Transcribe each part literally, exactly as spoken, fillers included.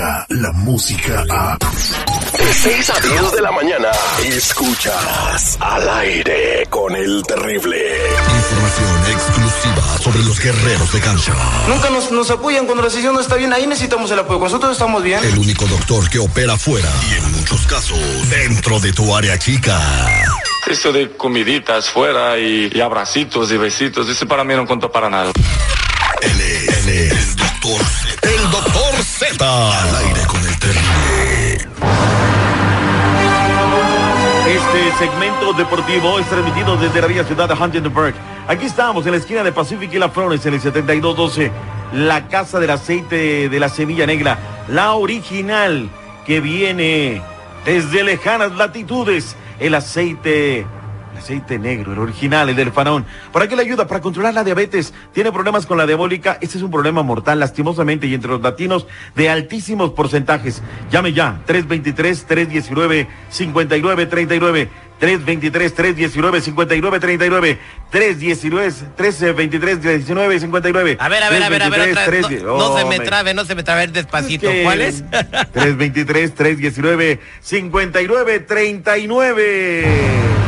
llega la música a... De seis a diez de la mañana, escuchas Al Aire con el Terrible. Información exclusiva sobre los guerreros de cancha. Nunca nos, nos apoyan cuando la sesión no está bien, ahí necesitamos el apoyo. Nosotros estamos bien. El único doctor que opera fuera y en muchos casos dentro de tu área chica. Eso de comiditas fuera y, y abracitos y besitos, eso para mí no contó para nada. Él es, él es el doctor Z. El doctor Z. Al Aire con el Terrible. Este segmento deportivo es transmitido desde la bella ciudad de Huntington Park. Aquí estamos en la esquina de Pacific y La Flores, en el setenta y dos doce. La casa del aceite de la semilla negra, la original que viene desde lejanas latitudes. El aceite, el aceite negro, el original, el del faraón. ¿Para qué le ayuda? Para controlar la diabetes. ¿Tiene problemas con la diabólica? Este es un problema mortal, lastimosamente, y entre los latinos de altísimos porcentajes. Llame ya, tres veintitrés, tres diecinueve, cincuenta y nueve treinta y nueve. tres veintitrés, tres diecinueve, cincuenta y nueve treinta y nueve. tres diecinueve, trece veintitrés, diecinueve cincuenta y nueve. A ver, a ver, a ver, a ver, otra, tres, no, no oh, se me trabe, no se me trabe despacito. Es que... ¿Cuál es? tres veintitrés, tres diecinueve, cincuenta y nueve treinta y nueve.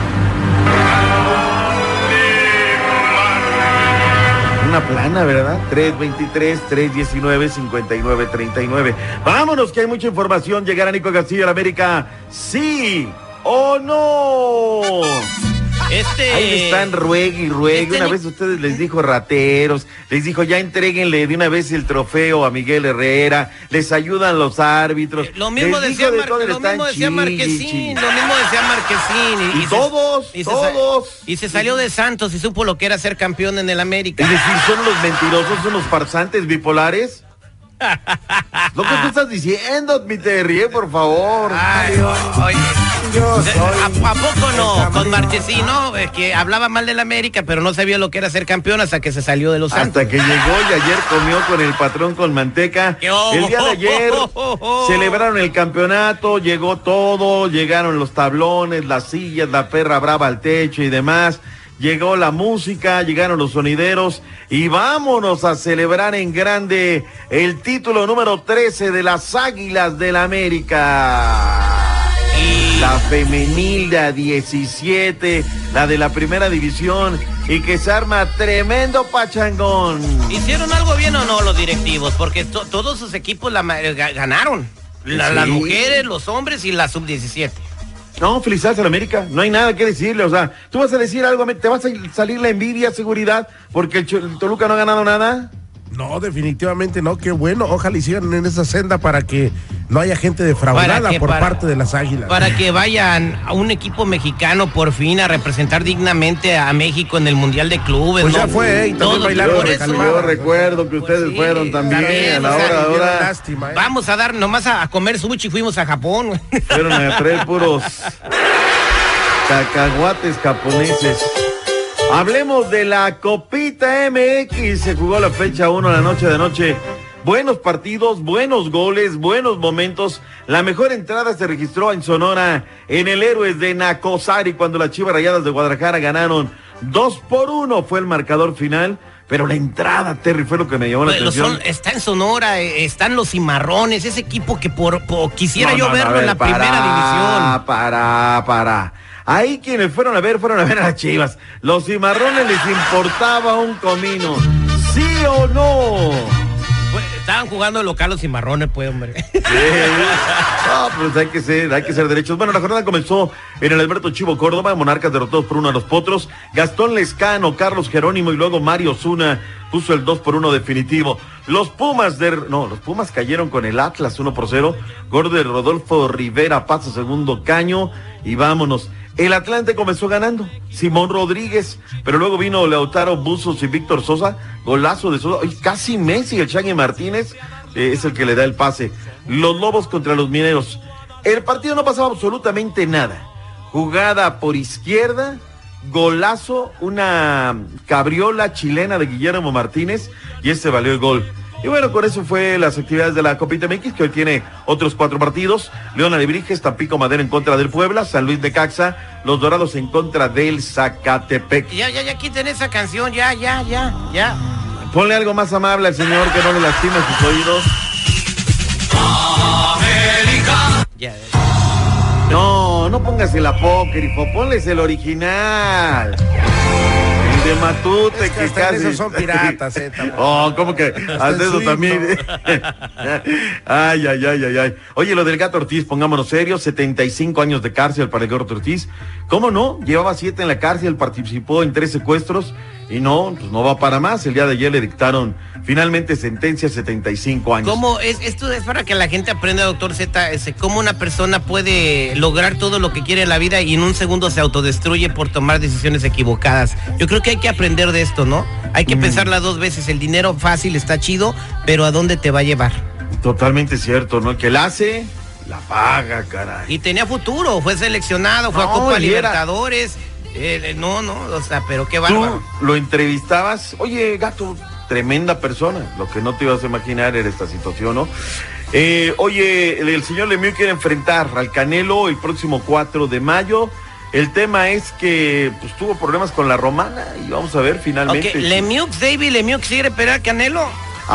Una plana, ¿verdad? tres veintitrés, tres diecinueve, cincuenta y nueve treinta y nueve. Vámonos, que hay mucha información. Llegará Nico Castillo a la América. ¡Sí o no! Este... Ahí están, ruegue y ruegue. Este... Una vez ustedes les dijo rateros, les dijo ya entréguenle de una vez el trofeo a Miguel Herrera, les ayudan los árbitros. Eh, lo mismo decía, de Mar... lo mismo decía Marquezín, lo mismo decía Marquezín. Y, y, y todos, se... y todos. Se... Y se salió de Santos y supo lo que era ser campeón en el América. Es decir, son los mentirosos, son los farsantes bipolares. Lo que tú estás diciendo, mi Terry, eh, por favor. Ay, oye. Yo soy ¿A, ¿A poco no? Con Marchesín, ¿no? Es que hablaba mal del América, pero no sabía lo que era ser campeón hasta que se salió de los Santos. Hasta que llegó y ayer comió con el patrón con manteca. Oh, el día de ayer oh, oh, oh. celebraron el campeonato, llegó todo, llegaron los tablones, las sillas, la perra brava al techo y demás. Llegó la música, llegaron los sonideros y vámonos a celebrar en grande el título número trece de las Águilas del América. Y... la femenil de diecisiete, la de la primera división, y que se arma tremendo pachangón. ¿Hicieron algo bien o no los directivos? Porque to todos sus equipos la ganaron. La, sí. Las mujeres, los hombres y la sub diecisiete. No, felicidades a la América, no hay nada que decirle, o sea, tú vas a decir algo, te vas a salir la envidia, seguridad, porque el, el Toluca no ha ganado nada. No, definitivamente no, qué bueno, ojalá y sigan en esa senda para que no haya gente defraudada por para, parte de las Águilas. Para que vayan a un equipo mexicano por fin a representar dignamente a México en el Mundial de Clubes. Pues ¿no? ya fue, ¿eh? Y también bailaron. Yo, yo recuerdo que ustedes pues sí, fueron también, también a la hora, o sea, ahora. Lástima, ¿eh? Vamos a dar nomás a, a comer sushi, fuimos a Japón. Fueron a traer puros cacahuates japoneses. Hablemos de la Copita M X, se jugó la fecha uno la noche de noche. Buenos partidos, buenos goles, buenos momentos. La mejor entrada se registró en Sonora, en el Héroes de Nacosari, cuando las Chivas Rayadas de Guadalajara ganaron dos por uno, fue el marcador final. Pero la entrada, Terry, fue lo que me llamó la pues atención. Son, está en Sonora, eh, están los Cimarrones, ese equipo que por, por quisiera no, yo no, verlo no, ver, en la para, primera división. Para, para. Ahí quienes fueron a ver, fueron a ver a las Chivas. Los Cimarrones les importaba un comino. ¿Sí o no? Pues, estaban jugando local los Cimarrones, pues, hombre. Sí. No, pues hay que ser, hay que ser derechos. Bueno, la jornada comenzó en el Alberto Chivo Córdoba, Monarcas derrotados por uno a los Potros. Gastón Lescano, Carlos Jerónimo y luego Mario Zuna puso el dos por uno definitivo. Los Pumas de, no, los Pumas cayeron con el Atlas uno por cero. Gol de Rodolfo Rivera pasa segundo caño y vámonos. El Atlante comenzó ganando, Simón Rodríguez, pero luego vino Lautaro Buzos y Víctor Sosa, golazo de Sosa, y casi Messi, el Chagui Martínez, eh, es el que le da el pase. Los Lobos contra los Mineros. El partido no pasaba absolutamente nada. Jugada por izquierda, golazo, una cabriola chilena de Guillermo Martínez, y ese valió el gol. Y bueno, con eso fue las actividades de la Copita M X, que hoy tiene otros cuatro partidos. León Alebrijes, Tampico Madero en contra del Puebla, San Luis de Caxa, Los Dorados en contra del Zacatepec. Ya, ya, ya, quiten esa canción, ya, ya, ya, ya. Ponle algo más amable al señor que no le lastime sus oídos. Ya. No, no pongas el apócrifo, ponles el original. El de Matute, es que, que hasta casi... esos son piratas, eh. Oh, ¿cómo que? Haz eso también. Ay, ay, ay, ay, ay. Oye, lo del Gato Ortiz, pongámonos serios, setenta y cinco años de cárcel para el Gato Ortiz. ¿Cómo no? Llevaba siete en la cárcel, participó en tres secuestros y no, pues no va para más. El día de ayer le dictaron finalmente sentencia, setenta y cinco años. ¿Cómo es? Esto es para que la gente aprenda, doctor Z, ese, cómo una persona puede lograr todo lo que quiere en la vida y en un segundo se autodestruye por tomar decisiones equivocadas. Yo creo que hay que aprender de esto, ¿no? Hay que mm. pensarla dos veces. El dinero fácil está chido, pero ¿a dónde te va a llevar? Totalmente cierto, ¿no? El que la hace, la paga, caray. Y tenía futuro, fue seleccionado, fue no, a Copa Libertadores. Eh, no, no, o sea, pero qué bárbaro. Tú lo entrevistabas, oye, Gato, tremenda persona, lo que no te ibas a imaginar era esta situación, ¿no? Eh, oye, el, el señor Lemieux quiere enfrentar al Canelo el próximo cuatro de mayo. El tema es que pues tuvo problemas con la romana y vamos a ver finalmente. Okay, Lemieux, David Lemieux quiere pelear al Canelo.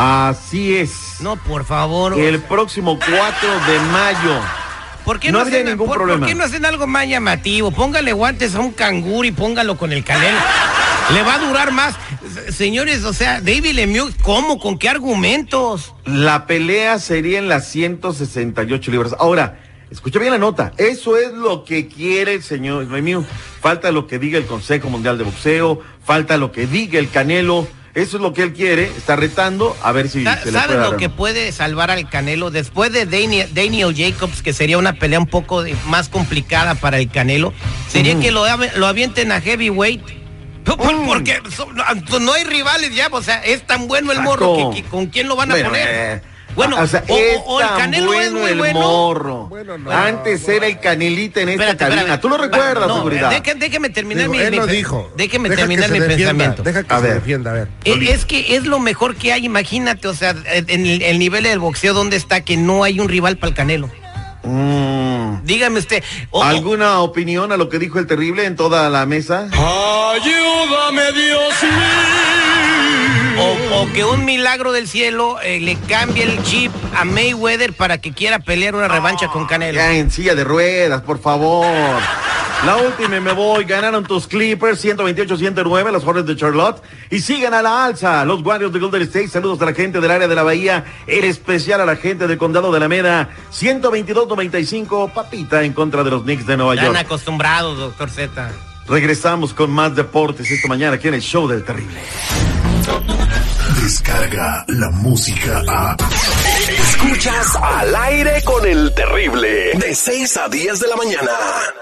Así es. No, por favor. El próximo cuatro de mayo. ¿Por qué no, no habría hacen, ningún por, problema? ¿Por qué no hacen algo más llamativo? Póngale guantes a un canguro y póngalo con el Canelo. Le va a durar más. Señores, o sea, David Lemieux, ¿cómo? ¿Con qué argumentos? La pelea sería en las ciento sesenta y ocho libras. Ahora, escucha bien la nota. Eso es lo que quiere el señor Lemieux. Falta lo que diga el Consejo Mundial de Boxeo, falta lo que diga el Canelo. Eso es lo que él quiere, está retando, a ver si se le ¿Sabes puede lo que puede salvar al Canelo? Después de Daniel, Daniel Jacobs, que sería una pelea un poco de, más complicada para el Canelo, sería uh-huh. que lo, lo avienten a heavyweight. Uh-huh. Porque no, no hay rivales ya, o sea, es tan bueno el morro que, que ¿con quién lo van a bueno, poner? Eh. Bueno, o, sea, o, o el Canelo bueno es muy el bueno. Morro. Bueno, no, Antes no, era el Canelita en esta espérate, cabina. Espérate. ¿Tú lo recuerdas, no, seguridad? Déjame, déjame terminar Digo, mi, él mi lo dijo. Déjame Deja terminar mi defienda, pensamiento. Deja que a se ver. defienda, a ver. Es, es que es lo mejor que hay, imagínate, o sea, en el, el nivel del boxeo donde está que no hay un rival para el Canelo. Mm. Dígame usted. Oh, ¿Alguna oh. opinión a lo que dijo el Terrible en toda la mesa? Ayúdame, Dios mío. O, o que un milagro del cielo eh, le cambie el chip a Mayweather para que quiera pelear una revancha oh, con Canelo. Ya en silla de ruedas, por favor. La última y me voy. Ganaron tus Clippers ciento veintiocho a ciento nueve, los Hornets de Charlotte. Y siguen a la alza los Warriors de Golden State. Saludos a la gente del área de la Bahía. En especial a la gente del condado de Alameda. ciento veintidós a noventa y cinco. Papita en contra de los Knicks de Nueva York. Están acostumbrados, doctor Z. Regresamos con más deportes esta mañana aquí en el Show del Terrible. Descarga la música a... Escuchas Al Aire con el Terrible. De seis a diez de la mañana.